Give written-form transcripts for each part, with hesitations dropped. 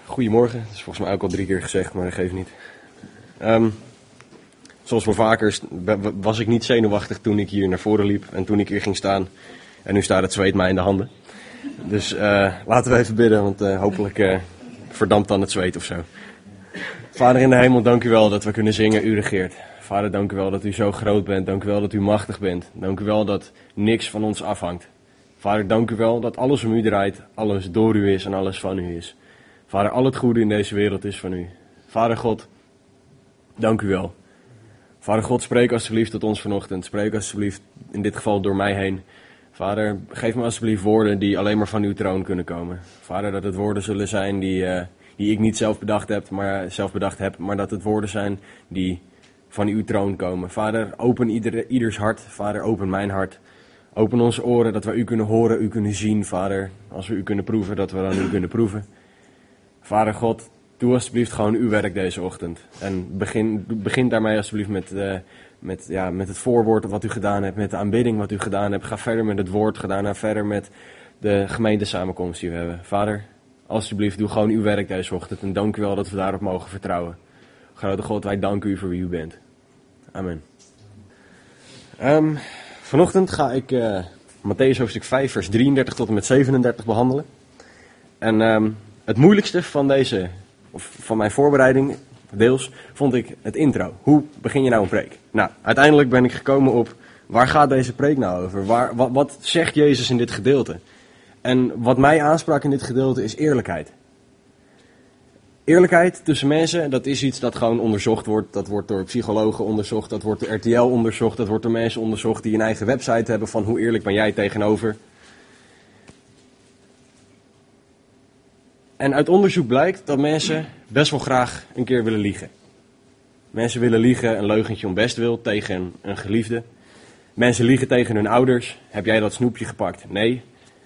Goedemorgen, dat is volgens mij ook al 3 keer gezegd, maar dat geeft niet. Zoals wel vaker was ik niet zenuwachtig toen ik hier naar voren liep en toen ik hier ging staan. En nu staat het zweet mij in de handen. Dus laten we even bidden, want hopelijk verdampt dan het zweet of zo. Vader in de hemel, dank u wel dat we kunnen zingen, u regeert. Vader, dank u wel dat u zo groot bent, dank u wel dat u machtig bent. Dank u wel dat niks van ons afhangt. Vader, dank u wel dat alles om u draait, alles door u is en alles van u is. Vader, al het goede in deze wereld is van u. Vader God, dank u wel. Vader God, spreek alsjeblieft tot ons vanochtend. Spreek alsjeblieft in dit geval door mij heen. Vader, geef me alsjeblieft woorden die alleen maar van uw troon kunnen komen. Vader, dat het woorden zullen zijn die ik niet zelf bedacht heb, maar dat het woorden zijn die van uw troon komen. Vader, open ieders hart. Vader, open mijn hart. Open onze oren, dat we u kunnen horen, u kunnen zien, Vader. Als we u kunnen proeven, dat we dan u kunnen proeven. Vader God, doe alsjeblieft gewoon uw werk deze ochtend. En begin daarmee alsjeblieft met het voorwoord wat u gedaan hebt, met de aanbidding wat u gedaan hebt. Ga verder met het woord, ga daarna verder met de gemeentesamenkomst die we hebben. Vader, alsjeblieft, doe gewoon uw werk deze ochtend. En dank u wel dat we daarop mogen vertrouwen. Grote God, wij danken u voor wie u bent. Amen. Vanochtend ga ik Mattheüs hoofdstuk 5, vers 33 tot en met 37 behandelen. En het moeilijkste van mijn voorbereiding, deels, vond ik het intro. Hoe begin je nou een preek? Nou, uiteindelijk ben ik gekomen op, waar gaat deze preek nou over? Wat zegt Jezus in dit gedeelte? En wat mij aansprak in dit gedeelte is eerlijkheid. Eerlijkheid tussen mensen, dat is iets dat gewoon onderzocht wordt. Dat wordt door psychologen onderzocht, dat wordt door RTL onderzocht, dat wordt door mensen onderzocht die een eigen website hebben van hoe eerlijk ben jij tegenover. En uit onderzoek blijkt dat mensen best wel graag een keer willen liegen. Mensen willen liegen, een leugentje om bestwil, tegen een geliefde. Mensen liegen tegen hun ouders. Heb jij dat snoepje gepakt? Nee.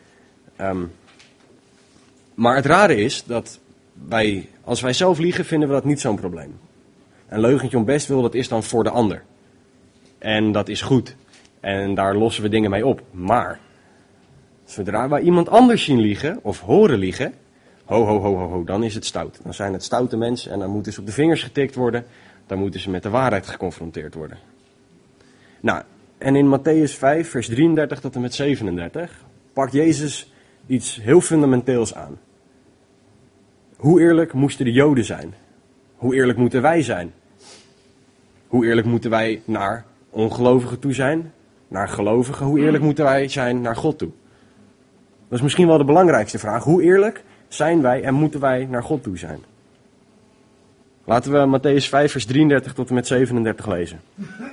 Maar het rare is dat als wij zelf liegen, vinden we dat niet zo'n probleem. Een leugentje om bestwil, dat is dan voor de ander. En dat is goed. En daar lossen we dingen mee op. Maar, zodra wij iemand anders zien liegen, of horen liegen, ho, dan is het stout. Dan zijn het stoute mensen en dan moeten ze op de vingers getikt worden. Dan moeten ze met de waarheid geconfronteerd worden. Nou, en in Mattheüs 5, vers 33 tot en met 37, pakt Jezus iets heel fundamenteels aan. Hoe eerlijk moesten de Joden zijn? Hoe eerlijk moeten wij zijn? Hoe eerlijk moeten wij naar ongelovigen toe zijn? Naar gelovigen? Hoe eerlijk moeten wij zijn naar God toe? Dat is misschien wel de belangrijkste vraag. Hoe eerlijk zijn wij en moeten wij naar God toe zijn? Laten we Mattheüs 5 vers 33 tot en met 37 lezen.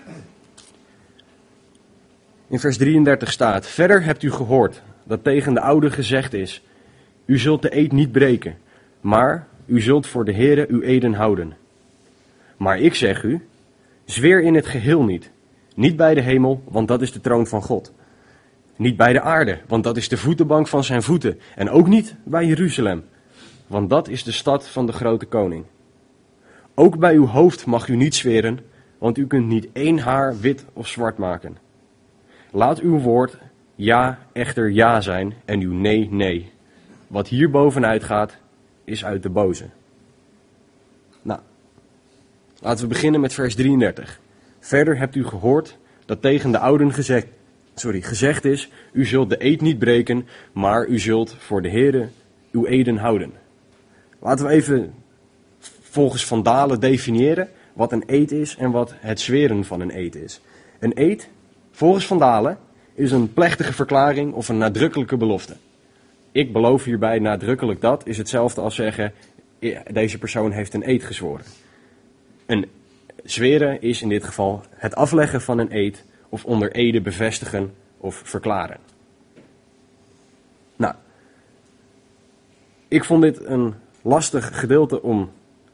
In vers 33 staat: Verder hebt u gehoord dat tegen de ouden gezegd is: U zult de eed niet breken, maar u zult voor de Heere uw eden houden. Maar ik zeg u, zweer in het geheel niet. Niet bij de hemel, want dat is de troon van God. Niet bij de aarde, want dat is de voetenbank van zijn voeten. En ook niet bij Jeruzalem, want dat is de stad van de grote koning. Ook bij uw hoofd mag u niet zweren, want u kunt niet 1 haar wit of zwart maken. Laat uw woord ja echter ja zijn en uw nee nee. Wat hier bovenuit gaat, is uit de boze. Nou, laten we beginnen met vers 33. Verder hebt u gehoord dat tegen de ouden gezegd is: U zult de eed niet breken, maar u zult voor de Heere uw eden houden. Laten we even volgens Van Dalen definiëren wat een eed is en wat het zweren van een eed is. Een eed, volgens Van Dalen, is een plechtige verklaring of een nadrukkelijke belofte. Ik beloof hierbij nadrukkelijk dat, is hetzelfde als zeggen: deze persoon heeft een eed gezworen. Een zweren is in dit geval het afleggen van een eed of onder ede bevestigen of verklaren. Nou, ik vond dit een lastig gedeelte om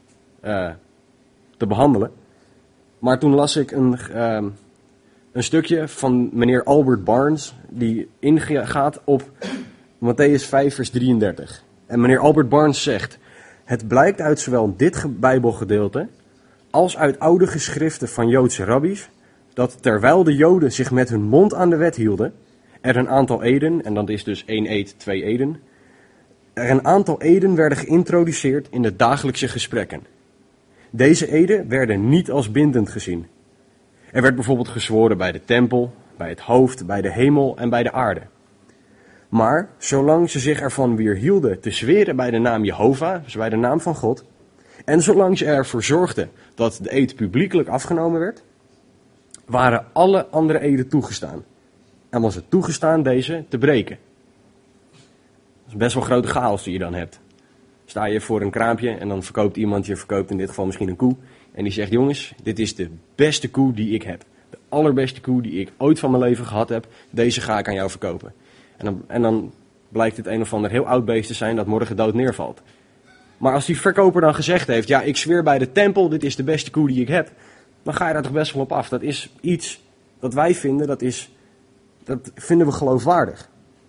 te behandelen. Maar toen las ik een stukje van meneer Albert Barnes, die ingaat op Mattheüs 5 vers 33. En meneer Albert Barnes zegt: Het blijkt uit zowel dit Bijbelgedeelte als uit oude geschriften van Joodse rabbies, dat terwijl de Joden zich met hun mond aan de wet hielden, er een aantal eden, en dat is dus 1 eed, 2 eden, er een aantal eden werden geïntroduceerd in de dagelijkse gesprekken. Deze eden werden niet als bindend gezien. Er werd bijvoorbeeld gezworen bij de tempel, bij het hoofd, bij de hemel en bij de aarde. Maar zolang ze zich ervan weerhielden te zweren bij de naam Jehovah, dus bij de naam van God, en zolang ze ervoor zorgden dat de eed publiekelijk afgenomen werd, waren alle andere eden toegestaan. En was het toegestaan deze te breken. Dat is best wel grote chaos die je dan hebt. Sta je voor een kraampje en dan verkoopt iemand, je verkoopt in dit geval misschien een koe. En die zegt, jongens, dit is de beste koe die ik heb. De allerbeste koe die ik ooit van mijn leven gehad heb. Deze ga ik aan jou verkopen. En dan blijkt het een of ander heel oud beest te zijn dat morgen dood neervalt. Maar als die verkoper dan gezegd heeft, ja, ik zweer bij de tempel, dit is de beste koe die ik heb. Dan ga je daar toch best wel op af. Dat is iets dat wij vinden, dat vinden we geloofwaardig.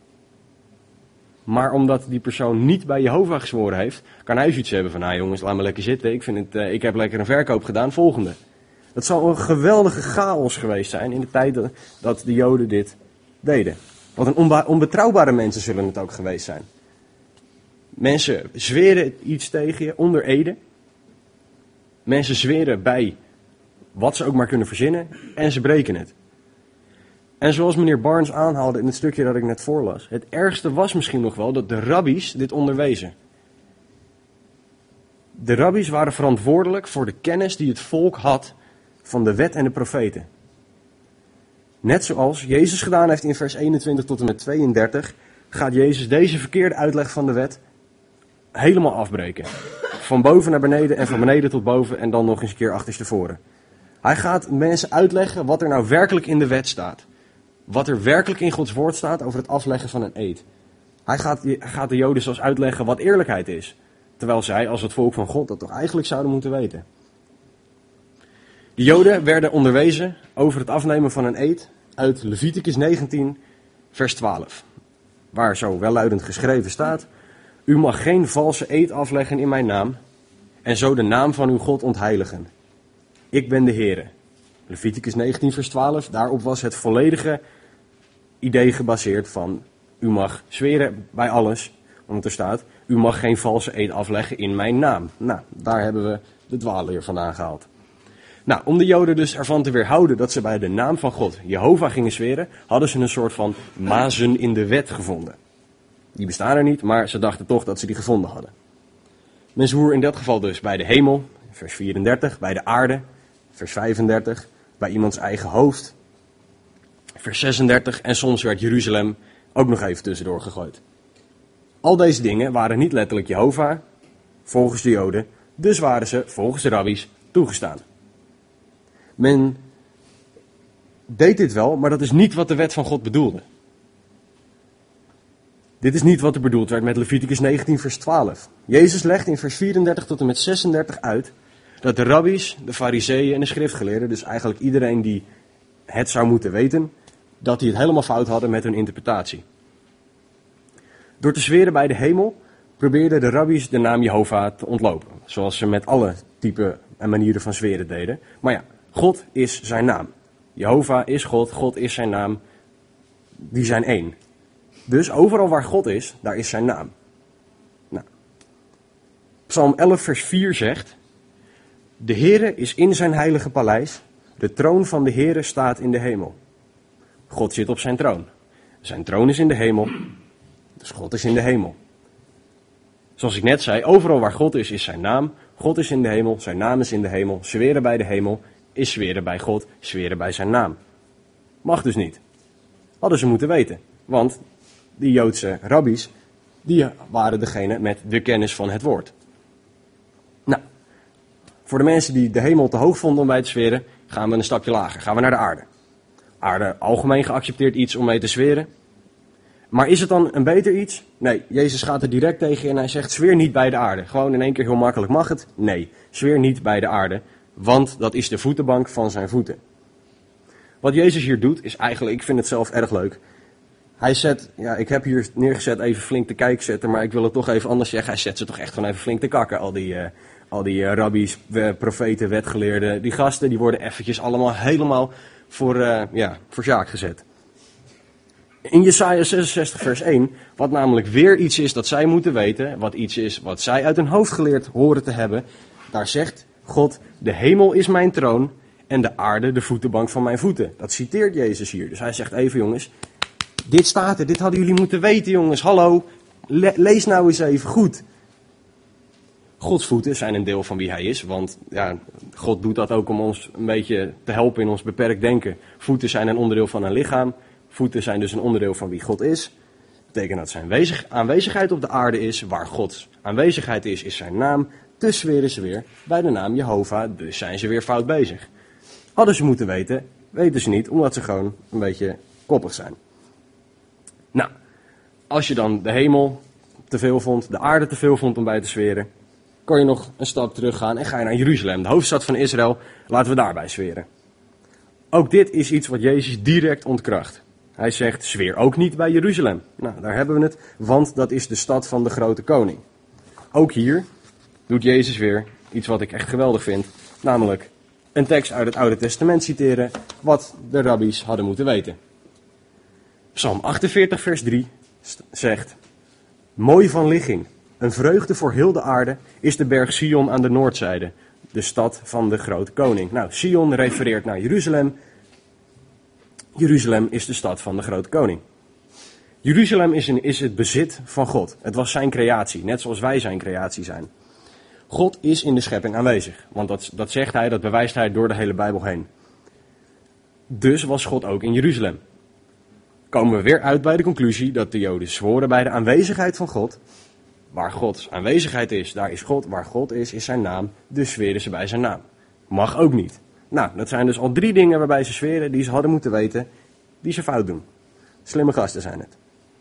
Maar omdat die persoon niet bij Jehovah gezworen heeft, kan hij zoiets hebben van, nou jongens, laat me lekker zitten. Ik heb lekker een verkoop gedaan, volgende. Dat zal een geweldige chaos geweest zijn in de tijd dat de Joden dit deden. Wat een onbetrouwbare mensen zullen het ook geweest zijn. Mensen zweren iets tegen je onder ede. Mensen zweren bij wat ze ook maar kunnen verzinnen en ze breken het. En zoals meneer Barnes aanhaalde in het stukje dat ik net voorlas, het ergste was misschien nog wel dat de rabbies dit onderwezen. De rabbies waren verantwoordelijk voor de kennis die het volk had van de wet en de profeten. Net zoals Jezus gedaan heeft in vers 21 tot en met 32, gaat Jezus deze verkeerde uitleg van de wet helemaal afbreken. Van boven naar beneden en van beneden tot boven en dan nog eens een keer achterstevoren. Hij gaat mensen uitleggen wat er nou werkelijk in de wet staat. Wat er werkelijk in Gods woord staat over het afleggen van een eed. Hij gaat de Joden zelfs uitleggen wat eerlijkheid is. Terwijl zij als het volk van God dat toch eigenlijk zouden moeten weten. De Joden werden onderwezen over het afnemen van een eed uit Leviticus 19 vers 12. Waar zo welluidend geschreven staat: U mag geen valse eed afleggen in mijn naam en zo de naam van uw God ontheiligen. Ik ben de Heere. Leviticus 19 vers 12, daarop was het volledige idee gebaseerd van u mag zweren bij alles, want er staat u mag geen valse eed afleggen in mijn naam. Nou, daar hebben we de dwaalleer vandaan gehaald. Nou, om de Joden dus ervan te weerhouden dat ze bij de naam van God Jehovah gingen zweren, hadden ze een soort van mazen in de wet gevonden. Die bestaan er niet, maar ze dachten toch dat ze die gevonden hadden. Men zwoer in dat geval dus bij de hemel, vers 34, bij de aarde, vers 35, bij iemands eigen hoofd, vers 36 en soms werd Jeruzalem ook nog even tussendoor gegooid. Al deze dingen waren niet letterlijk Jehovah, volgens de Joden, dus waren ze volgens de rabbies toegestaan. Men deed dit wel, maar dat is niet wat de wet van God bedoelde. Dit is niet wat er bedoeld werd met Leviticus 19 vers 12. Jezus legt in vers 34 tot en met 36 uit dat de rabbies, de fariseeën en de schriftgeleerden, dus eigenlijk iedereen die het zou moeten weten, dat die het helemaal fout hadden met hun interpretatie. Door te zweren bij de hemel probeerden de rabbies de naam Jehovah te ontlopen. Zoals ze met alle typen en manieren van zweren deden. Maar ja, God is zijn naam. Jehovah is God, God is zijn naam. Die zijn één. Dus overal waar God is, daar is zijn naam. Nou, Psalm 11 vers 4 zegt: De Heere is in zijn heilige paleis. De troon van de Heere staat in de hemel. God zit op zijn troon. Zijn troon is in de hemel. Dus God is in de hemel. Zoals ik net zei, overal waar God is zijn naam. God is in de hemel, zijn naam is in de hemel. Zweren bij de hemel is zweren bij God, zweren bij zijn naam. Mag dus niet. Hadden ze moeten weten. Want die Joodse rabbies, die waren degene met de kennis van het woord. Nou, voor de mensen die de hemel te hoog vonden om bij te zweren, gaan we een stapje lager. Gaan we naar de aarde. Aarde, algemeen geaccepteerd iets om mee te zweren. Maar is het dan een beter iets? Nee, Jezus gaat er direct tegen en hij zegt: zweer niet bij de aarde. Gewoon in één keer heel makkelijk, mag het? Nee, zweer niet bij de aarde, want dat is de voetenbank van zijn voeten. Wat Jezus hier doet is eigenlijk, ik vind het zelf erg leuk. Hij zet, ja, ik heb hier neergezet even flink te kijk zetten, maar ik wil het toch even anders zeggen. Hij zet ze toch echt gewoon even flink te kakken, al die rabbies, profeten, wetgeleerden. Die gasten, die worden eventjes allemaal helemaal voor Sjaak gezet. In Jesaja 66 vers 1, wat namelijk weer iets is dat zij moeten weten, wat iets is wat zij uit hun hoofd geleerd horen te hebben, daar zegt God, de hemel is mijn troon en de aarde de voetenbank van mijn voeten. Dat citeert Jezus hier. Dus hij zegt even jongens, dit staat er, dit hadden jullie moeten weten jongens, hallo, lees nou eens even goed. Gods voeten zijn een deel van wie hij is, want ja, God doet dat ook om ons een beetje te helpen in ons beperkt denken. Voeten zijn een onderdeel van een lichaam, voeten zijn dus een onderdeel van wie God is. Dat betekent dat zijn aanwezigheid op de aarde is, waar Gods aanwezigheid is zijn naam. Dus zweren ze weer bij de naam Jehovah, dus zijn ze weer fout bezig. Hadden ze moeten weten, weten ze niet, omdat ze gewoon een beetje koppig zijn. Nou, als je dan de hemel te veel vond, de aarde te veel vond om bij te zweren, kan je nog een stap teruggaan en ga je naar Jeruzalem, de hoofdstad van Israël, laten we daarbij zweren. Ook dit is iets wat Jezus direct ontkracht. Hij zegt, zweer ook niet bij Jeruzalem. Nou, daar hebben we het, want dat is de stad van de grote koning. Ook hier doet Jezus weer iets wat ik echt geweldig vind, namelijk een tekst uit het Oude Testament citeren, wat de rabbies hadden moeten weten. Psalm 48 vers 3 zegt, mooi van ligging, een vreugde voor heel de aarde is de berg Sion aan de noordzijde, de stad van de grote koning. Nou, Sion refereert naar Jeruzalem. Jeruzalem is de stad van de grote koning. Jeruzalem is het bezit van God. Het was zijn creatie, net zoals wij zijn creatie zijn. God is in de schepping aanwezig, want dat zegt hij, dat bewijst hij door de hele Bijbel heen. Dus was God ook in Jeruzalem. Komen we weer uit bij de conclusie dat de Joden zworen bij de aanwezigheid van God. Waar Gods aanwezigheid is, daar is God. Waar God is zijn naam. Dus zweren ze bij zijn naam. Mag ook niet. Nou, dat zijn dus al 3 dingen waarbij ze zweren die ze hadden moeten weten, die ze fout doen. Slimme gasten zijn het.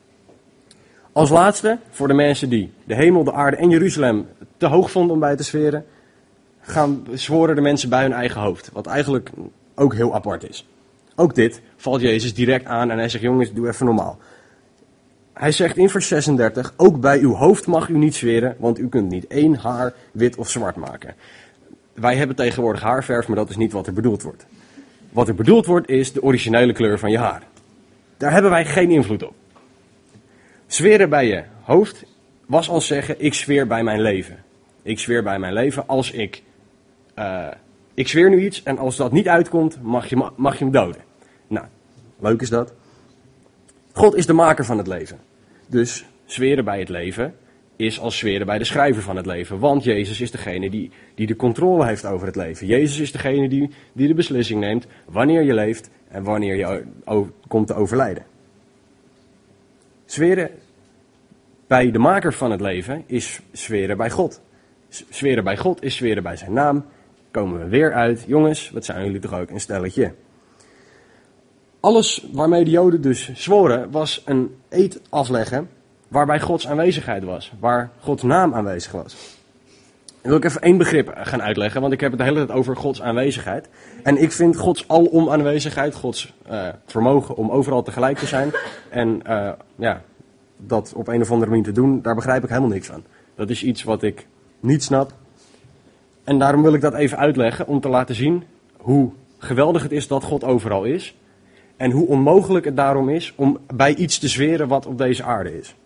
Als laatste, voor de mensen die de hemel, de aarde en Jeruzalem te hoog vonden om bij te zweren, zworen de mensen bij hun eigen hoofd. Wat eigenlijk ook heel apart is. Ook dit valt Jezus direct aan en hij zegt, jongens, doe even normaal. Hij zegt in vers 36, ook bij uw hoofd mag u niet zweren, want u kunt niet 1 haar wit of zwart maken. Wij hebben tegenwoordig haarverf, maar dat is niet wat er bedoeld wordt. Wat er bedoeld wordt is de originele kleur van je haar. Daar hebben wij geen invloed op. Zweren bij je hoofd was als zeggen, ik zweer bij mijn leven. Ik zweer bij mijn leven als ik zweer nu iets en als dat niet uitkomt, mag je hem doden. Nou, leuk is dat. God is de maker van het leven. Dus zweren bij het leven is als zweren bij de schrijver van het leven. Want Jezus is degene die de controle heeft over het leven. Jezus is degene die de beslissing neemt wanneer je leeft en wanneer je komt te overlijden. Zweren bij de maker van het leven is zweren bij God. Zweren bij God is zweren bij zijn naam. Komen we weer uit. Jongens, wat zijn jullie toch ook een stelletje. Alles waarmee de Joden dus zworen was een eed afleggen waarbij Gods aanwezigheid was. Waar Gods naam aanwezig was. En wil ik even 1 begrip gaan uitleggen, want ik heb het de hele tijd over Gods aanwezigheid. En ik vind Gods alom aanwezigheid, Gods vermogen om overal tegelijk te zijn. En dat op een of andere manier te doen, daar begrijp ik helemaal niks van. Dat is iets wat ik niet snap. En daarom wil ik dat even uitleggen om te laten zien hoe geweldig het is dat God overal is. En hoe onmogelijk het daarom is om bij iets te zweren wat op deze aarde is.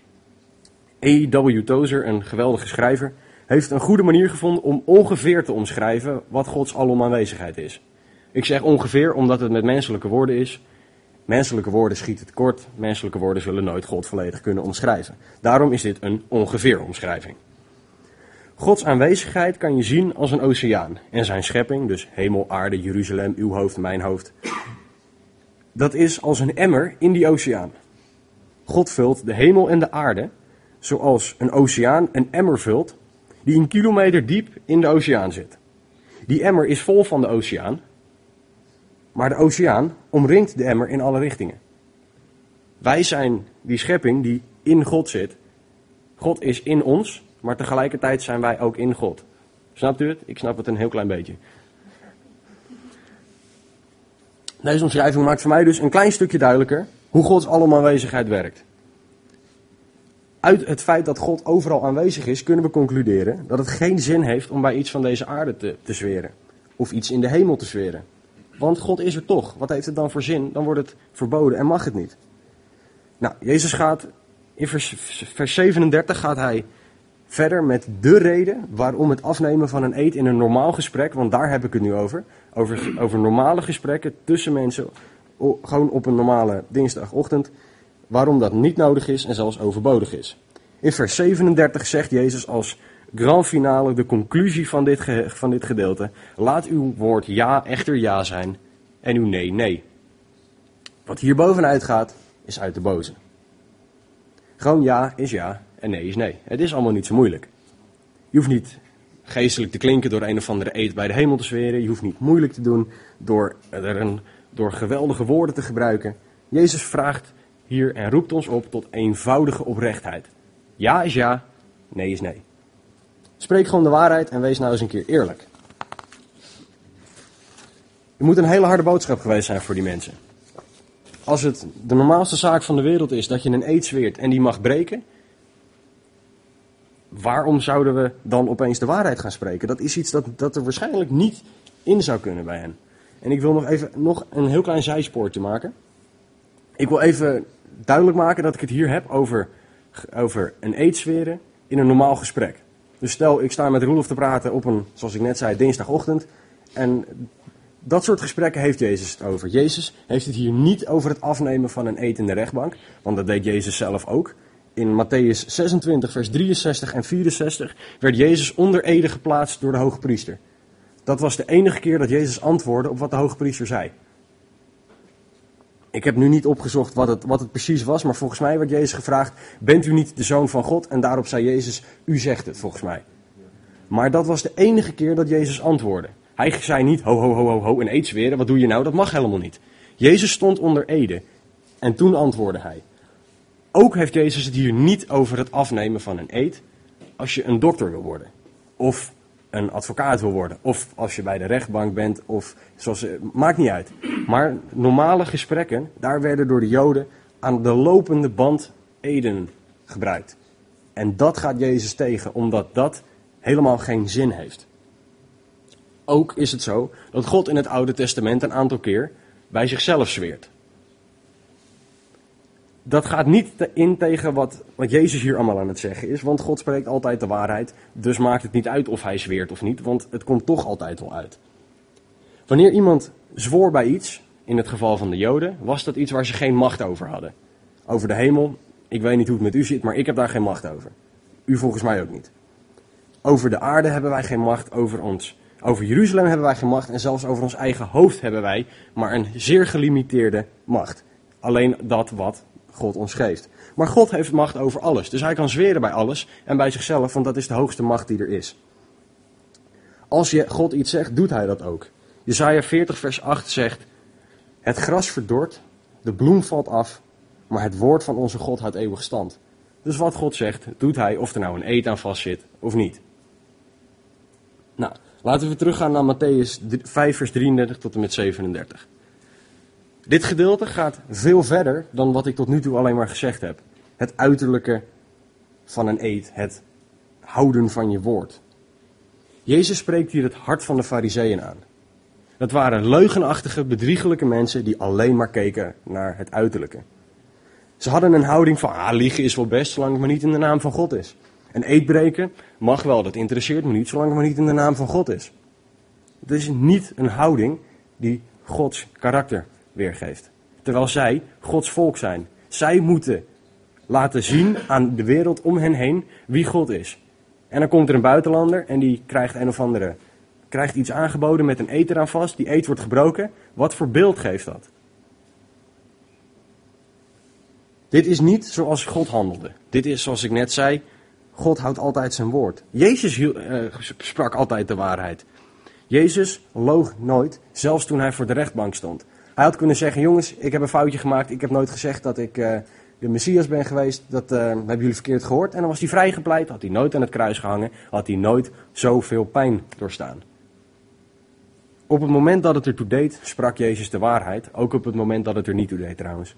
A.W. Tozer, een geweldige schrijver, heeft een goede manier gevonden om ongeveer te omschrijven wat Gods alom aanwezigheid is. Ik zeg ongeveer omdat het met menselijke woorden is. Menselijke woorden schieten tekort. Menselijke woorden zullen nooit God volledig kunnen omschrijven. Daarom is dit een ongeveer omschrijving. Gods aanwezigheid kan je zien als een oceaan. En zijn schepping, dus hemel, aarde, Jeruzalem, uw hoofd, mijn hoofd. Dat is als een emmer in die oceaan. God vult de hemel en de aarde zoals een oceaan een emmer vult die 1 kilometer diep in de oceaan zit. Die emmer is vol van de oceaan, maar de oceaan omringt de emmer in alle richtingen. Wij zijn die schepping die in God zit. God is in ons, maar tegelijkertijd zijn wij ook in God. Snapt u het? Ik snap het een heel klein beetje. Deze omschrijving maakt voor mij dus een klein stukje duidelijker hoe Gods alom aanwezigheid werkt. Uit het feit dat God overal aanwezig is, kunnen we concluderen dat het geen zin heeft om bij iets van deze aarde te zweren. Of iets in de hemel te zweren. Want God is er toch. Wat heeft het dan voor zin? Dan wordt het verboden en mag het niet. Nou, Jezus gaat in vers 37 gaat hij verder met de reden waarom het afnemen van een eed in een normaal gesprek, want daar heb ik het nu over normale gesprekken tussen mensen, gewoon op een normale dinsdagochtend, waarom dat niet nodig is en zelfs overbodig is. In vers 37 zegt Jezus als grand finale, de conclusie van dit gedeelte: laat uw woord ja echter ja zijn en uw nee nee. Wat hier bovenuit gaat, is uit de boze. Gewoon ja is ja en nee is nee. Het is allemaal niet zo moeilijk. Je hoeft niet geestelijk te klinken door een of andere eed bij de hemel te zweren. Je hoeft niet moeilijk te doen door geweldige woorden te gebruiken. Jezus vraagt hier en roept ons op tot eenvoudige oprechtheid. Ja is ja, nee is nee. Spreek gewoon de waarheid en wees nou eens een keer eerlijk. Het moet een hele harde boodschap geweest zijn voor die mensen. Als het de normaalste zaak van de wereld is dat je een eed zweert en die mag breken, waarom zouden we dan opeens de waarheid gaan spreken? Dat is iets dat er waarschijnlijk niet in zou kunnen bij hen. En ik wil nog een heel klein zijspoortje maken. Ik wil even duidelijk maken dat ik het hier heb over een eed zweren in een normaal gesprek. Dus stel, ik sta met Roelof te praten op een, zoals ik net zei, dinsdagochtend. En dat soort gesprekken heeft Jezus het over. Jezus heeft het hier niet over het afnemen van een eed in de rechtbank. Want dat deed Jezus zelf ook. In Matthäus 26, vers 63 en 64 werd Jezus onder ede geplaatst door de hoge priester. Dat was de enige keer dat Jezus antwoordde op wat de hoge priester zei. Ik heb nu niet opgezocht wat het precies was, maar volgens mij werd Jezus gevraagd: bent u niet de Zoon van God? En daarop zei Jezus: u zegt het, volgens mij. Maar dat was de enige keer dat Jezus antwoordde. Hij zei niet: ho, een eed zweren, wat doe je nou? Dat mag helemaal niet. Jezus stond onder ede en toen antwoordde hij. Ook heeft Jezus het hier niet over het afnemen van een eed als je een dokter wil worden. Of een advocaat wil worden. Of als je bij de rechtbank bent. Of maakt niet uit. Maar normale gesprekken, daar werden door de Joden aan de lopende band eden gebruikt. En dat gaat Jezus tegen, omdat dat helemaal geen zin heeft. Ook is het zo dat God in het Oude Testament een aantal keer bij zichzelf zweert. Dat gaat niet in tegen wat Jezus hier allemaal aan het zeggen is, want God spreekt altijd de waarheid, dus maakt het niet uit of hij zweert of niet, want het komt toch altijd wel uit. Wanneer iemand zwoer bij iets, in het geval van de Joden, was dat iets waar ze geen macht over hadden. Over de hemel, ik weet niet hoe het met u zit, maar ik heb daar geen macht over. U volgens mij ook niet. Over de aarde hebben wij geen macht over ons. Over Jeruzalem hebben wij geen macht en zelfs over ons eigen hoofd hebben wij maar een zeer gelimiteerde macht. Alleen dat wat God ons geeft. Maar God heeft macht over alles. Dus hij kan zweren bij alles en bij zichzelf, want dat is de hoogste macht die er is. Als je God iets zegt, doet hij dat ook. Jesaja 40 vers 8 zegt: het gras verdort, de bloem valt af, maar het woord van onze God houdt eeuwig stand. Dus wat God zegt, doet hij, of er nou een eed aan vast zit of niet. Nou, laten we teruggaan naar Matthäus 5 vers 33 tot en met 37. Dit gedeelte gaat veel verder dan wat ik tot nu toe alleen maar gezegd heb. Het uiterlijke van een eed, het houden van je woord. Jezus spreekt hier het hart van de Farizeeën aan. Dat waren leugenachtige, bedriegelijke mensen die alleen maar keken naar het uiterlijke. Ze hadden een houding van, liegen is wel best, zolang het maar niet in de naam van God is. En eed breken mag wel, dat interesseert me niet, zolang het maar niet in de naam van God is. Het is niet een houding die Gods karakter weergeeft. Terwijl zij Gods volk zijn. Zij moeten laten zien aan de wereld om hen heen wie God is. En dan komt er een buitenlander en die krijgt iets aangeboden met een eed eraan vast. Die eed wordt gebroken. Wat voor beeld geeft dat? Dit is niet zoals God handelde. Dit is zoals ik net zei, God houdt altijd zijn woord. Jezus sprak altijd de waarheid. Jezus loog nooit, zelfs toen hij voor de rechtbank stond. Hij had kunnen zeggen: jongens, ik heb een foutje gemaakt. Ik heb nooit gezegd dat ik de Messias ben geweest. Dat hebben jullie verkeerd gehoord. En dan was hij vrijgepleit. Had hij nooit aan het kruis gehangen. Had hij nooit zoveel pijn doorstaan. Op het moment dat het ertoe deed, sprak Jezus de waarheid. Ook op het moment dat het er niet toe deed trouwens.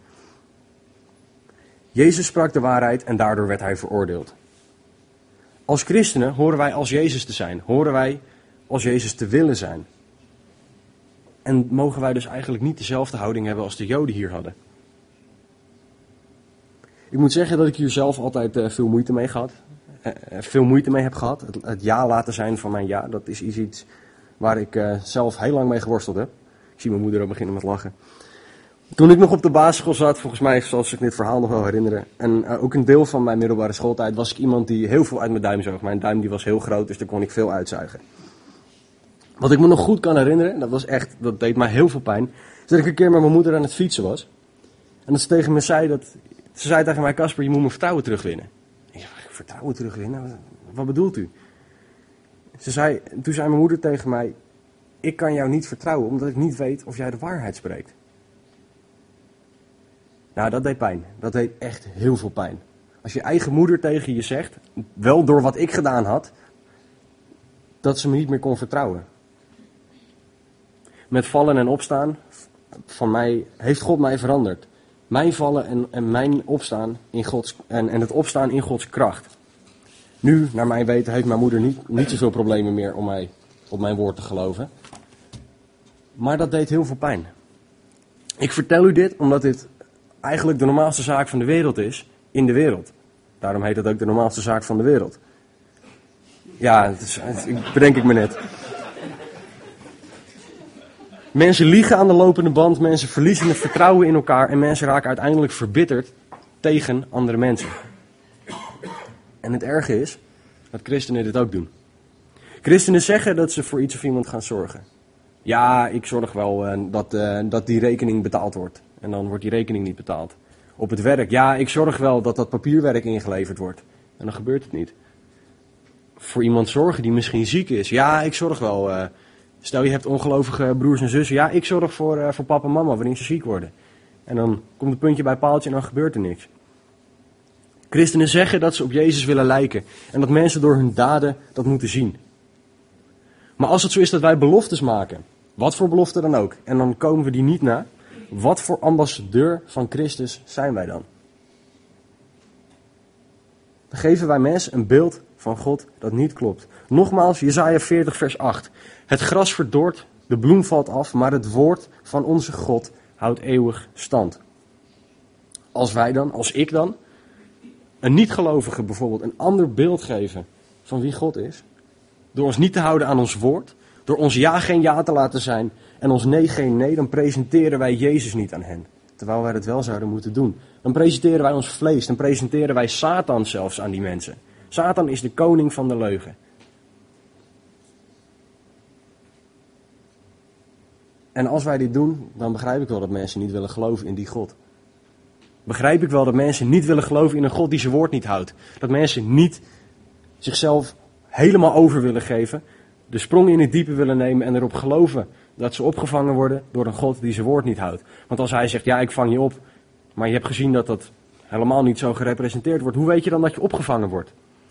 Jezus sprak de waarheid en daardoor werd hij veroordeeld. Als christenen horen wij als Jezus te zijn. Horen wij als Jezus te willen zijn. En mogen wij dus eigenlijk niet dezelfde houding hebben als de Joden hier hadden. Ik moet zeggen dat ik hier zelf altijd veel moeite mee heb gehad. Het ja laten zijn van mijn ja, dat is iets waar ik zelf heel lang mee geworsteld heb. Ik zie mijn moeder al beginnen met lachen. Toen ik nog op de basisschool zat, volgens mij, zoals ik dit verhaal nog wel herinneren, en ook een deel van mijn middelbare schooltijd, was ik iemand die heel veel uit mijn duim zoog. Mijn duim die was heel groot, dus daar kon ik veel uitzuigen. Wat ik me nog goed kan herinneren, dat deed mij heel veel pijn, is dat ik een keer met mijn moeder aan het fietsen was. En dat ze tegen me zei, ze zei tegen mij, Casper, je moet mijn vertrouwen terugwinnen. Ik zei, vertrouwen terugwinnen? Wat bedoelt u? Toen zei mijn moeder tegen mij, ik kan jou niet vertrouwen, omdat ik niet weet of jij de waarheid spreekt. Nou, dat deed pijn. Dat deed echt heel veel pijn. Als je eigen moeder tegen je zegt, wel door wat ik gedaan had, dat ze me niet meer kon vertrouwen. Met vallen en opstaan van mij heeft God mij veranderd. Mijn vallen en mijn opstaan in en het opstaan in Gods kracht. Nu, naar mijn weten, heeft mijn moeder niet zoveel problemen meer om mij op mijn woord te geloven. Maar dat deed heel veel pijn. Ik vertel u dit omdat dit eigenlijk de normaalste zaak van de wereld is in de wereld. Daarom heet het ook de normaalste zaak van de wereld. Ja, bedenk ik me net. Mensen liegen aan de lopende band, mensen verliezen het vertrouwen in elkaar en mensen raken uiteindelijk verbitterd tegen andere mensen. En het erge is dat christenen dit ook doen. Christenen zeggen dat ze voor iets of iemand gaan zorgen. Ja, ik zorg wel dat die rekening betaald wordt. En dan wordt die rekening niet betaald. Op het werk, ja, ik zorg wel dat papierwerk ingeleverd wordt. En dan gebeurt het niet. Voor iemand zorgen die misschien ziek is. Ja, ik zorg wel. Stel je hebt ongelovige broers en zussen. Ja, ik zorg voor papa en mama wanneer ze ziek worden. En dan komt een puntje bij paaltje en dan gebeurt er niks. Christenen zeggen dat ze op Jezus willen lijken. En dat mensen door hun daden dat moeten zien. Maar als het zo is dat wij beloftes maken. Wat voor belofte dan ook. En dan komen we die niet na. Wat voor ambassadeur van Christus zijn wij dan? Dan geven wij mensen een beeld van God dat niet klopt. Nogmaals, Jesaja 40 vers 8. Het gras verdort, de bloem valt af, maar het woord van onze God houdt eeuwig stand. Als ik dan, een niet-gelovige bijvoorbeeld, een ander beeld geven van wie God is, door ons niet te houden aan ons woord, door ons ja geen ja te laten zijn en ons nee geen nee, dan presenteren wij Jezus niet aan hen. Terwijl wij het wel zouden moeten doen. Dan presenteren wij ons vlees, dan presenteren wij Satan zelfs aan die mensen. Satan is de koning van de leugen. En als wij dit doen, dan begrijp ik wel dat mensen niet willen geloven in die God. Begrijp ik wel dat mensen niet willen geloven in een God die zijn woord niet houdt. Dat mensen niet zichzelf helemaal over willen geven, de sprong in het diepe willen nemen en erop geloven dat ze opgevangen worden door een God die zijn woord niet houdt. Want als hij zegt, ja, ik vang je op, maar je hebt gezien dat dat helemaal niet zo gerepresenteerd wordt, hoe weet je dan dat je opgevangen wordt?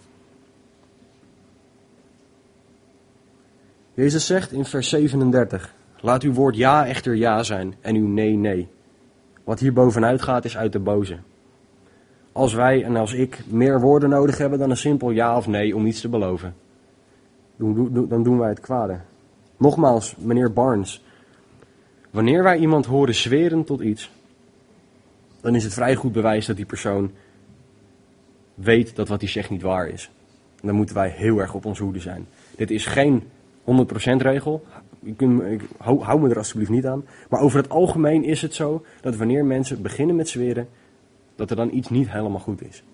Jezus zegt in vers 37, laat uw woord ja echter ja zijn en uw nee nee. Wat hier bovenuit gaat is uit de boze. Als wij en als ik meer woorden nodig hebben dan een simpel ja of nee om iets te beloven, dan doen wij het kwade. Nogmaals, meneer Barnes, wanneer wij iemand horen zweren tot iets, dan is het vrij goed bewijs dat die persoon weet dat wat hij zegt niet waar is. En dan moeten wij heel erg op onze hoede zijn. Dit is geen 100% regel. Hou me er alsjeblieft niet aan. Maar over het algemeen is het zo dat wanneer mensen beginnen met zweren, dat er dan iets niet helemaal goed is.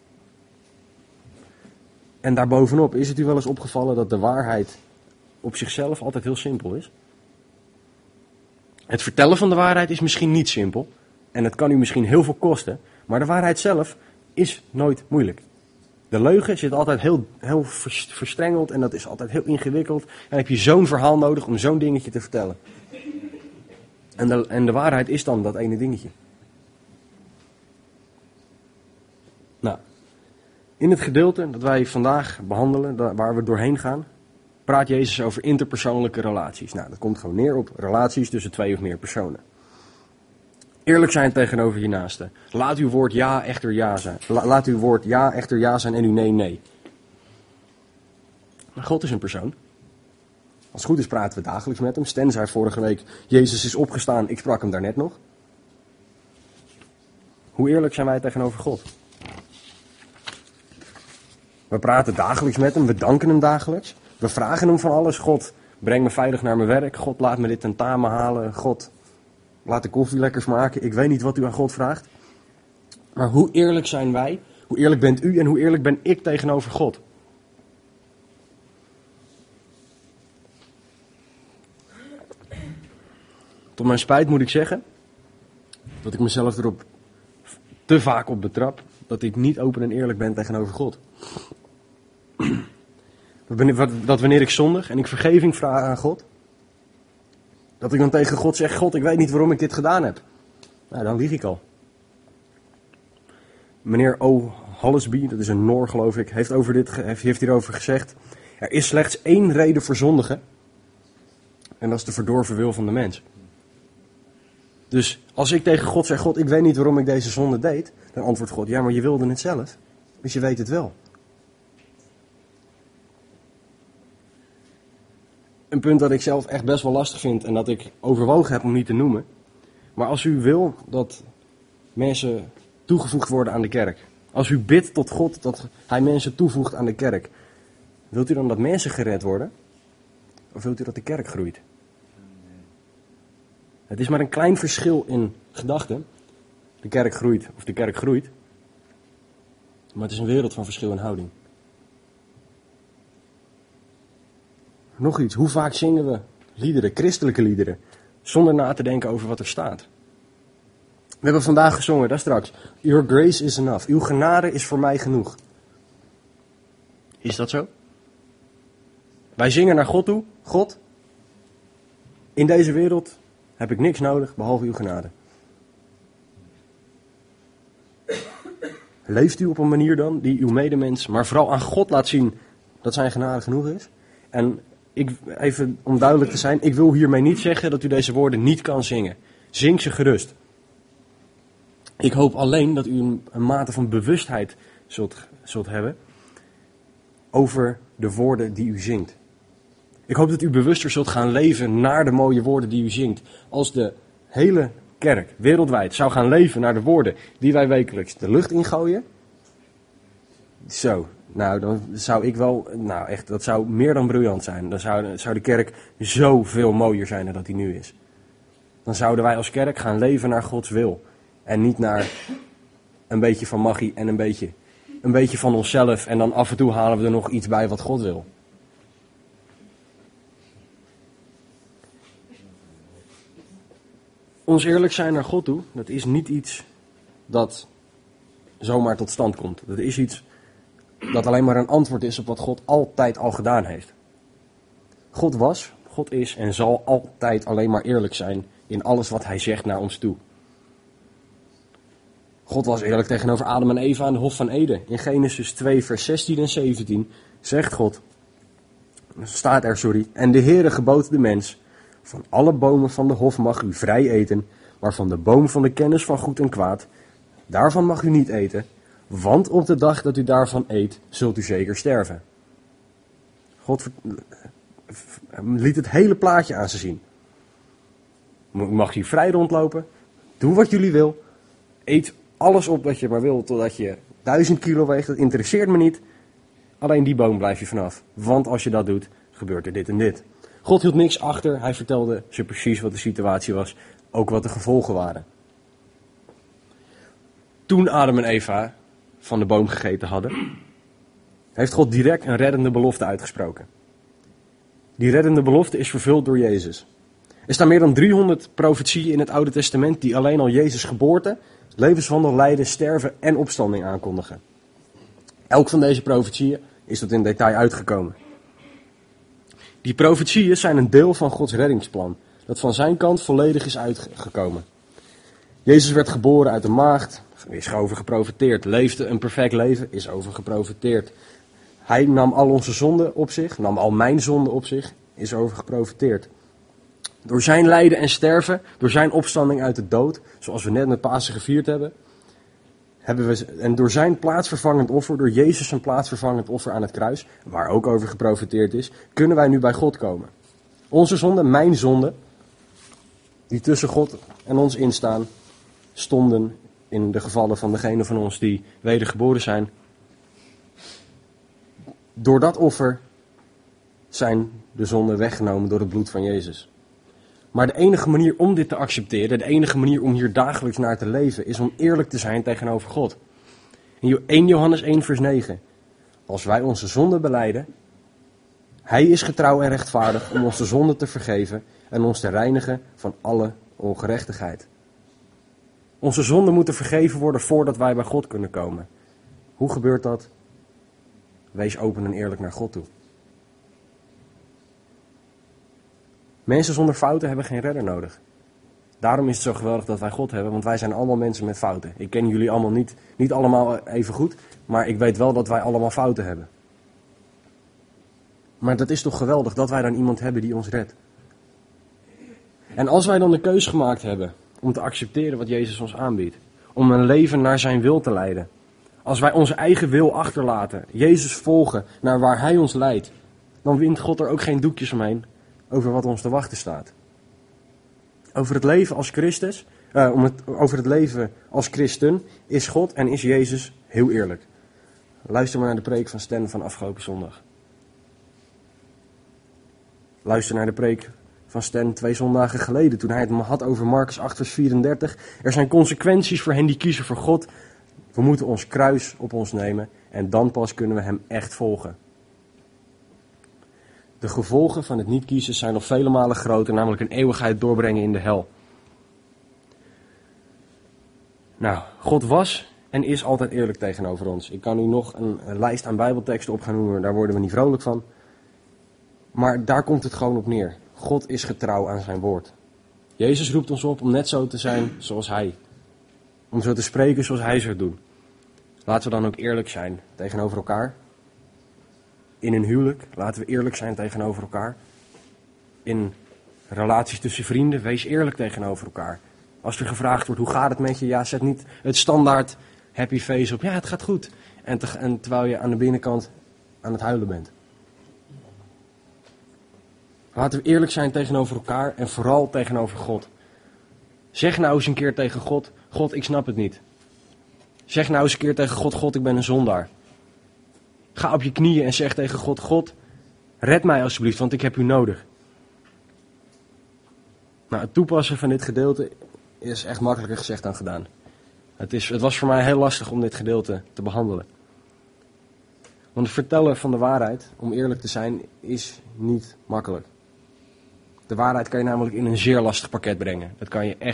En daarbovenop is het u wel eens opgevallen dat de waarheid op zichzelf altijd heel simpel is. Het vertellen van de waarheid is misschien niet simpel. En het kan u misschien heel veel kosten. Maar de waarheid zelf is nooit moeilijk. De leugen zit altijd heel verstrengeld en dat is altijd heel ingewikkeld. En dan heb je zo'n verhaal nodig om zo'n dingetje te vertellen. En de waarheid is dan dat ene dingetje. Nou, in het gedeelte dat wij vandaag behandelen, waar we doorheen gaan, praat Jezus over interpersoonlijke relaties. Nou, dat komt gewoon neer op relaties tussen 2 of meer personen. Eerlijk zijn tegenover je naaste. Laat uw woord ja echter ja zijn. Laat uw woord ja echter ja zijn en uw nee nee. Maar God is een persoon. Als het goed is praten we dagelijks met hem. Stan zei vorige week, Jezus is opgestaan, ik sprak hem daarnet nog. Hoe eerlijk zijn wij tegenover God? We praten dagelijks met hem, we danken hem dagelijks. We vragen hem van alles. God, breng me veilig naar mijn werk. God, laat me dit tentamen halen. God, laat de koffie lekker smaken. Ik weet niet wat u aan God vraagt. Maar hoe eerlijk zijn wij? Hoe eerlijk bent u en hoe eerlijk ben ik tegenover God? Tot mijn spijt moet ik zeggen dat ik mezelf erop te vaak op betrap dat ik niet open en eerlijk ben tegenover God. Dat wanneer ik zondig en ik vergeving vraag aan God, dat ik dan tegen God zeg, God, ik weet niet waarom ik dit gedaan heb. Nou, dan lieg ik al. Meneer O. Hallesby, dat is een Noor geloof ik, heeft hierover gezegd, er is slechts één reden voor zondigen en dat is de verdorven wil van de mens. Dus als ik tegen God zeg, God, ik weet niet waarom ik deze zonde deed, dan antwoordt God, ja, maar je wilde het zelf, dus je weet het wel. Een punt dat ik zelf echt best wel lastig vind en dat ik overwogen heb om niet te noemen. Maar als u wil dat mensen toegevoegd worden aan de kerk, als u bidt tot God dat hij mensen toevoegt aan de kerk, wilt u dan dat mensen gered worden? Of wilt u dat de kerk groeit? Het is maar een klein verschil in gedachten. De kerk groeit of de kerk groeit. Maar het is een wereld van verschil in houding. Nog iets, hoe vaak zingen we liederen, christelijke liederen, zonder na te denken over wat er staat? We hebben vandaag gezongen, daar straks, Your grace is enough. Uw genade is voor mij genoeg. Is dat zo? Wij zingen naar God toe. God, in deze wereld heb ik niks nodig behalve uw genade. Leeft u op een manier dan die uw medemens, maar vooral aan God laat zien dat zijn genade genoeg is? En even om duidelijk te zijn, ik wil hiermee niet zeggen dat u deze woorden niet kan zingen. Zing ze gerust. Ik hoop alleen dat u een mate van bewustheid zult hebben over de woorden die u zingt. Ik hoop dat u bewuster zult gaan leven naar de mooie woorden die u zingt. Als de hele kerk wereldwijd zou gaan leven naar de woorden die wij wekelijks de lucht ingooien. Zo, nou dan zou ik wel, nou echt, dat zou meer dan briljant zijn. Dan zou de kerk zoveel mooier zijn dan dat die nu is. Dan zouden wij als kerk gaan leven naar Gods wil. En niet naar een beetje van magie en een beetje van onszelf. En dan af en toe halen we er nog iets bij wat God wil. Ons eerlijk zijn naar God toe, dat is niet iets dat zomaar tot stand komt. Dat is iets dat alleen maar een antwoord is op wat God altijd al gedaan heeft. God was, God is en zal altijd alleen maar eerlijk zijn in alles wat hij zegt naar ons toe. God was eerlijk tegenover Adam en Eva aan de Hof van Eden. In Genesis 2 vers 16 en 17 zegt God, en de Heere gebood de mens, van alle bomen van de hof mag u vrij eten, maar van de boom van de kennis van goed en kwaad, daarvan mag u niet eten, want op de dag dat u daarvan eet, zult u zeker sterven. God liet het hele plaatje aan ze zien. U mag hier vrij rondlopen, doe wat jullie wil, eet alles op wat je maar wil, totdat je 1000 kilo weegt, dat interesseert me niet. Alleen die boom blijf je vanaf, want als je dat doet, gebeurt er dit en dit. God hield niks achter, hij vertelde ze precies wat de situatie was, ook wat de gevolgen waren. Toen Adam en Eva van de boom gegeten hadden, heeft God direct een reddende belofte uitgesproken. Die reddende belofte is vervuld door Jezus. Er staan meer dan 300 profetieën in het Oude Testament die alleen al Jezus' geboorte, levenswandel, lijden, sterven en opstanding aankondigen. Elk van deze profetieën is tot in detail uitgekomen. Die profetieën zijn een deel van Gods reddingsplan, dat van zijn kant volledig is uitgekomen. Jezus werd geboren uit een maagd, is over geprofeteerd. Leefde een perfect leven, is over geprofeteerd. Hij nam al onze zonden op zich, nam al mijn zonden op zich, is over geprofeteerd. Door zijn lijden en sterven, door zijn opstanding uit de dood, zoals we net met Pasen gevierd hebben, en door zijn plaatsvervangend offer, door Jezus zijn plaatsvervangend offer aan het kruis, waar ook over geprofeteerd is, kunnen wij nu bij God komen. Onze zonden, mijn zonden, die tussen God en ons instaan, stonden in de gevallen van degene van ons die wedergeboren zijn, Door dat offer zijn de zonden weggenomen door het bloed van Jezus. Maar de enige manier om dit te accepteren, de enige manier om hier dagelijks naar te leven, is om eerlijk te zijn tegenover God. In 1 Johannes 1 vers 9. Als wij onze zonden belijden, Hij is getrouw en rechtvaardig om ons de zonden te vergeven en ons te reinigen van alle ongerechtigheid. Onze zonden moeten vergeven worden voordat wij bij God kunnen komen. Hoe gebeurt dat? Wees open en eerlijk naar God toe. Mensen zonder fouten hebben geen redder nodig. Daarom is het zo geweldig dat wij God hebben, want wij zijn allemaal mensen met fouten. Ik ken jullie allemaal niet allemaal even goed, maar ik weet wel dat wij allemaal fouten hebben. Maar dat is toch geweldig dat wij dan iemand hebben die ons redt. En als wij dan de keus gemaakt hebben om te accepteren wat Jezus ons aanbiedt, om een leven naar zijn wil te leiden. Als wij onze eigen wil achterlaten, Jezus volgen naar waar Hij ons leidt, dan wint God er ook geen doekjes omheen over wat ons te wachten staat. Over het leven als Christus, over het leven als christen is God en is Jezus heel eerlijk. Luister maar naar de preek van Stan van afgelopen zondag. Luister naar de preek van Stan 2 zondagen geleden, toen hij het had over Marcus 8 vers 34. Er zijn consequenties voor hen die kiezen voor God. We moeten ons kruis op ons nemen en dan pas kunnen we hem echt volgen. De gevolgen van het niet kiezen zijn nog vele malen groter, namelijk een eeuwigheid doorbrengen in de hel. Nou, God was en is altijd eerlijk tegenover ons. Ik kan u nog een lijst aan bijbelteksten op gaan noemen, daar worden we niet vrolijk van. Maar daar komt het gewoon op neer. God is getrouw aan zijn woord. Jezus roept ons op om net zo te zijn zoals Hij. Om zo te spreken zoals Hij zou doen. Laten we dan ook eerlijk zijn tegenover elkaar. In een huwelijk, laten we eerlijk zijn tegenover elkaar. In relaties tussen vrienden, wees eerlijk tegenover elkaar. Als er gevraagd wordt, hoe gaat het met je? Ja, zet niet het standaard happy face op. Ja, het gaat goed. En terwijl je aan de binnenkant aan het huilen bent. Laten we eerlijk zijn tegenover elkaar en vooral tegenover God. Zeg nou eens een keer tegen God, God, ik snap het niet. Zeg nou eens een keer tegen God, God, ik ben een zondaar. Ga op je knieën en zeg tegen God, God, red mij alsjeblieft, want ik heb u nodig. Nou, het toepassen van dit gedeelte is echt makkelijker gezegd dan gedaan. Het was voor mij heel lastig om dit gedeelte te behandelen. Want het vertellen van de waarheid, om eerlijk te zijn, is niet makkelijk. De waarheid kan je namelijk in een zeer lastig pakket brengen. Het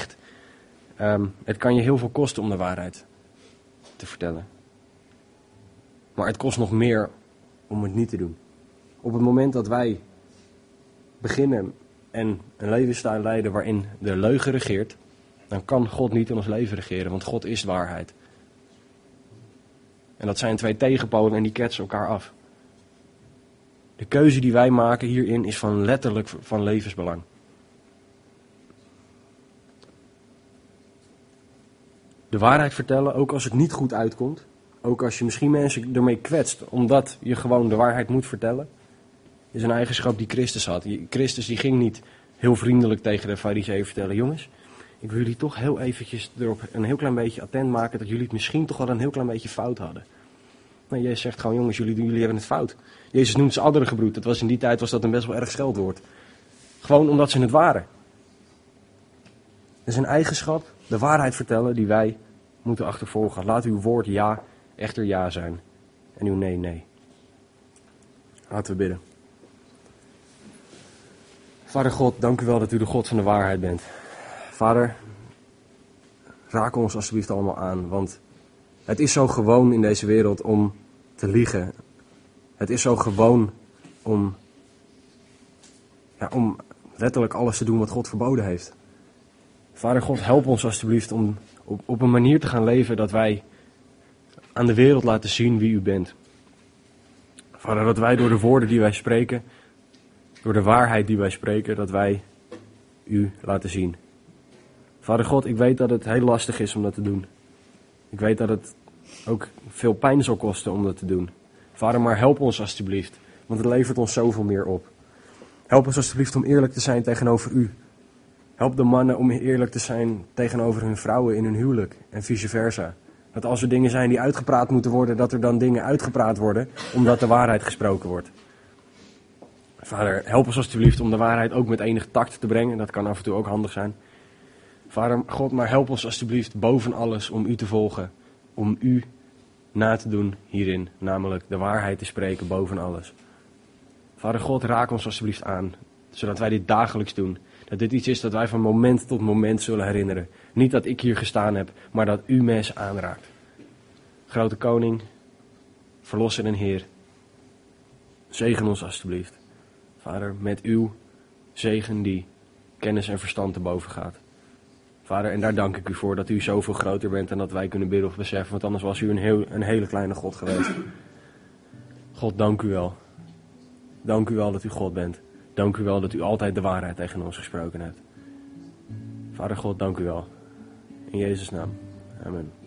kan je heel veel kosten om de waarheid te vertellen. Maar het kost nog meer om het niet te doen. Op het moment dat wij beginnen en een levensstijl leiden waarin de leugen regeert, dan kan God niet in ons leven regeren, want God is de waarheid. En dat zijn 2 tegenpolen en die ketsen elkaar af. De keuze die wij maken hierin is letterlijk van levensbelang. De waarheid vertellen, ook als het niet goed uitkomt, ook als je misschien mensen ermee kwetst, omdat je gewoon de waarheid moet vertellen, is een eigenschap die Christus had. Christus die ging niet heel vriendelijk tegen de Farizeeën vertellen, jongens, ik wil jullie toch heel eventjes erop een heel klein beetje attent maken dat jullie het misschien toch wel een heel klein beetje fout hadden. Nee, Jezus zegt gewoon, jongens, jullie hebben het fout. Jezus noemt ze adderengebroed. In die tijd was dat een best wel erg scheldwoord. Gewoon omdat ze het waren. Het is een eigenschap, de waarheid vertellen, die wij moeten achtervolgen. Laat uw woord ja echter ja zijn. En uw nee, nee. Laten we bidden. Vader God, dank u wel dat u de God van de waarheid bent. Vader, raak ons alsjeblieft allemaal aan, want het is zo gewoon in deze wereld om te liegen. Het is zo gewoon om letterlijk alles te doen wat God verboden heeft. Vader God, help ons alsjeblieft om op een manier te gaan leven dat wij aan de wereld laten zien wie u bent. Vader, dat wij door de woorden die wij spreken, door de waarheid die wij spreken, dat wij u laten zien. Vader God, ik weet dat het heel lastig is om dat te doen. Ik weet dat het ook veel pijn zal kosten om dat te doen. Vader, maar help ons alsjeblieft, want het levert ons zoveel meer op. Help ons alsjeblieft om eerlijk te zijn tegenover u. Help de mannen om eerlijk te zijn tegenover hun vrouwen in hun huwelijk en vice versa. Dat als er dingen zijn die uitgepraat moeten worden, dat er dan dingen uitgepraat worden, omdat de waarheid gesproken wordt. Vader, help ons alstublieft om de waarheid ook met enig tact te brengen. Dat kan af en toe ook handig zijn. Vader, God, maar help ons alstublieft boven alles om u te volgen. Om u na te doen hierin, namelijk de waarheid te spreken boven alles. Vader God, raak ons alstublieft aan, zodat wij dit dagelijks doen. Dat dit iets is dat wij van moment tot moment zullen herinneren. Niet dat ik hier gestaan heb, maar dat u mensen aanraakt. Grote Koning, Verlosser en Heer, zegen ons alstublieft. Vader, met uw zegen die kennis en verstand te boven gaat. Vader, en daar dank ik u voor dat u zoveel groter bent dan dat wij kunnen bidden of beseffen. Want anders was u een hele kleine God geweest. God, dank u wel. Dank u wel dat u God bent. Dank u wel dat u altijd de waarheid tegen ons gesproken hebt. Vader God, dank u wel. In Jezus' naam. Amen.